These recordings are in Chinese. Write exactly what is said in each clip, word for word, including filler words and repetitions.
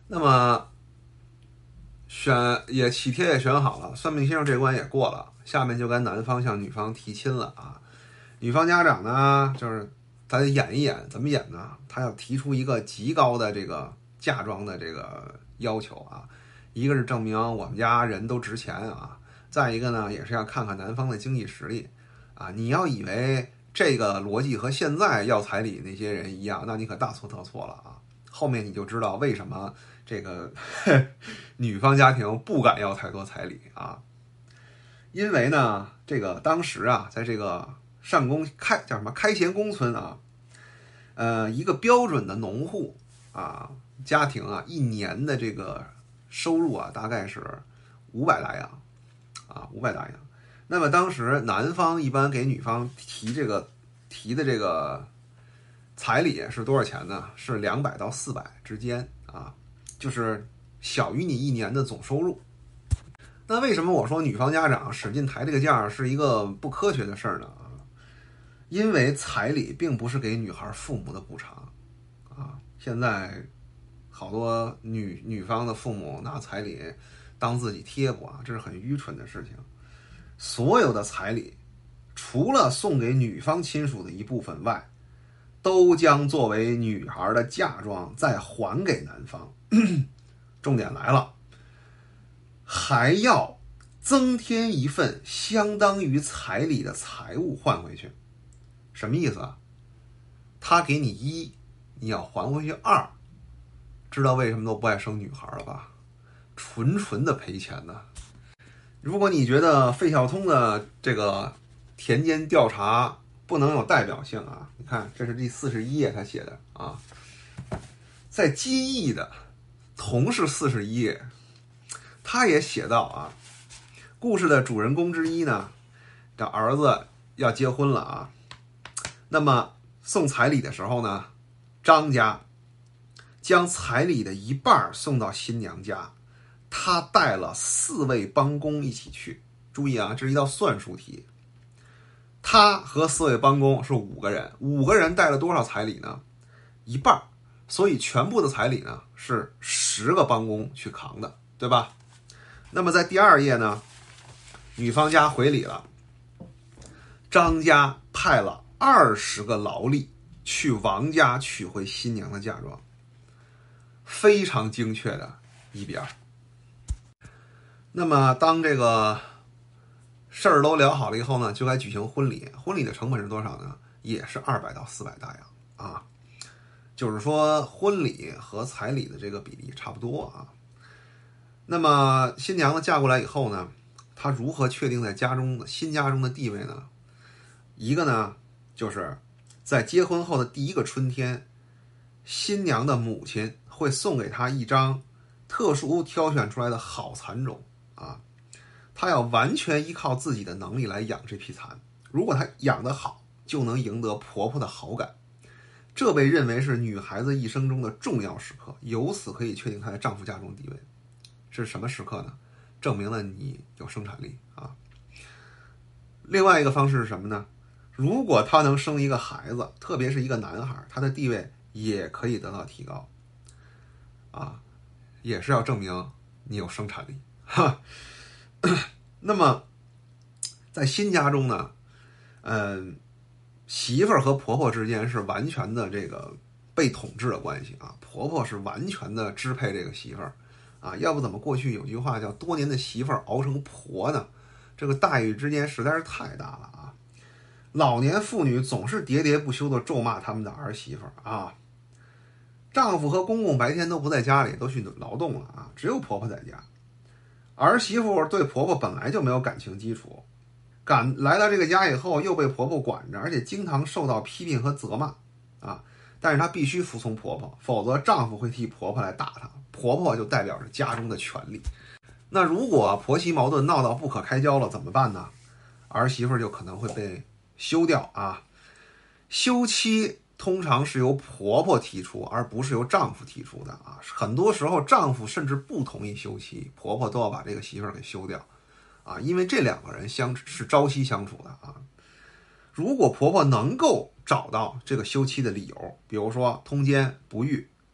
那么选也喜帖也选好了，算命先生这关也过了，下面就该男方向女方提亲了啊。女方家长呢，就是他得演一演，怎么演呢？他要提出一个极高的这个嫁妆的这个要求啊，一个是证明我们家人都值钱啊，再一个呢，也是要看看男方的经济实力啊。你要以为这个逻辑和现在要彩礼那些人一样，那你可大错特错了啊！后面你就知道为什么这个女方家庭不敢要太多彩礼啊，因为呢，这个当时啊，在这个上宫开叫什么开贤宫村啊，呃，一个标准的农户啊家庭啊，一年的这个收入啊，大概是五百大洋啊，五百大洋。那么当时男方一般给女方提这个提的这个彩礼是多少钱呢？是两百到四百之间啊，就是小于你一年的总收入。那为什么我说女方家长使劲抬这个价是一个不科学的事儿呢？因为彩礼并不是给女孩父母的补偿啊。现在好多女女方的父母拿彩礼当自己贴补啊，这是很愚蠢的事情。所有的彩礼除了送给女方亲属的一部分外，都将作为女孩的嫁妆再还给男方。重点来了，还要增添一份相当于彩礼的财物换回去。什么意思啊？他给你一，你要还回去二。知道为什么都不爱生女孩了吧？纯纯的赔钱呢。如果你觉得费孝通的这个田间调查不能有代表性啊，你看这是第四十一页他写的啊，在金义的同是四十一页，他也写到啊，故事的主人公之一呢，这儿子要结婚了啊，那么送彩礼的时候呢，张家将彩礼的一半送到新娘家，他带了四位帮工一起去。注意啊，这是一道算术题。他和四位帮工是五个人，五个人带了多少彩礼呢？一半，所以全部的彩礼呢是十个帮工去扛的，对吧？那么在第二页呢，女方家回礼了，张家派了二十个劳力去王家取回新娘的嫁妆，非常精确的一比二。那么当这个事儿都聊好了以后呢，就该举行婚礼。婚礼的成本是多少呢？也是二百到四百大洋啊。就是说婚礼和彩礼的这个比例差不多啊。那么新娘子嫁过来以后呢，她如何确定在家中的新家中的地位呢？一个呢，就是在结婚后的第一个春天，新娘的母亲会送给她一张特殊挑选出来的好蚕种啊，她要完全依靠自己的能力来养这批蚕。如果她养得好，就能赢得婆婆的好感。这被认为是女孩子一生中的重要时刻，由此可以确定她在丈夫家中的地位。是什么时刻呢？证明了你有生产力啊。另外一个方式是什么呢？如果她能生一个孩子，特别是一个男孩，她的地位也可以得到提高啊，也是要证明你有生产力哈。那么在新家中呢，嗯，媳妇儿和婆婆之间是完全的这个被统治的关系啊，婆婆是完全的支配这个媳妇儿啊，要不怎么过去有句话叫多年的媳妇儿熬成婆呢？这个待遇之间实在是太大了啊！老年妇女总是喋喋不休地咒骂他们的儿媳妇儿啊，丈夫和公公白天都不在家里，都去劳动了啊，只有婆婆在家。儿媳妇对婆婆本来就没有感情基础，赶来到这个家以后又被婆婆管着，而且经常受到批评和责骂啊。但是她必须服从婆婆，否则丈夫会替婆婆来打她，婆婆就代表着家中的权利。那如果婆媳矛盾闹到不可开交了怎么办呢？儿媳妇就可能会被休掉啊。休妻通常是由婆婆提出，而不是由丈夫提出的啊。很多时候丈夫甚至不同意休妻，婆婆都要把这个媳妇儿给休掉啊，因为这两个人相是朝夕相处的啊。如果婆婆能够找到这个休妻的理由，比如说通奸不育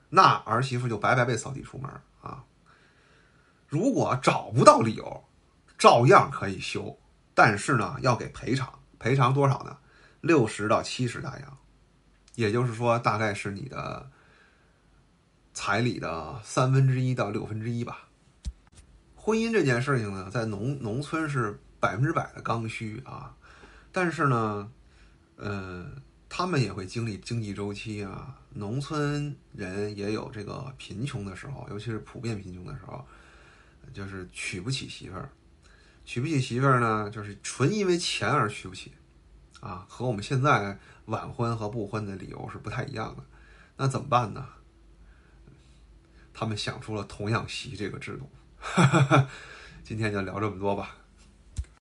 那儿媳妇就白白被扫地出门啊。如果找不到理由，照样可以休，但是呢，要给赔偿，赔偿多少呢？六十到七十大洋，也就是说，大概是你的彩礼的三分之一到六分之一吧。婚姻这件事情呢，在农农村是百分之百的刚需啊，但是呢，呃，他们也会经历经济周期啊。农村人也有这个贫穷的时候，尤其是普遍贫穷的时候，就是娶不起媳妇儿。娶不起媳妇儿呢，就是纯因为钱而娶不起啊，和我们现在晚婚和不婚的理由是不太一样的。那怎么办呢？他们想出了童养媳这个制度。今天就聊这么多吧。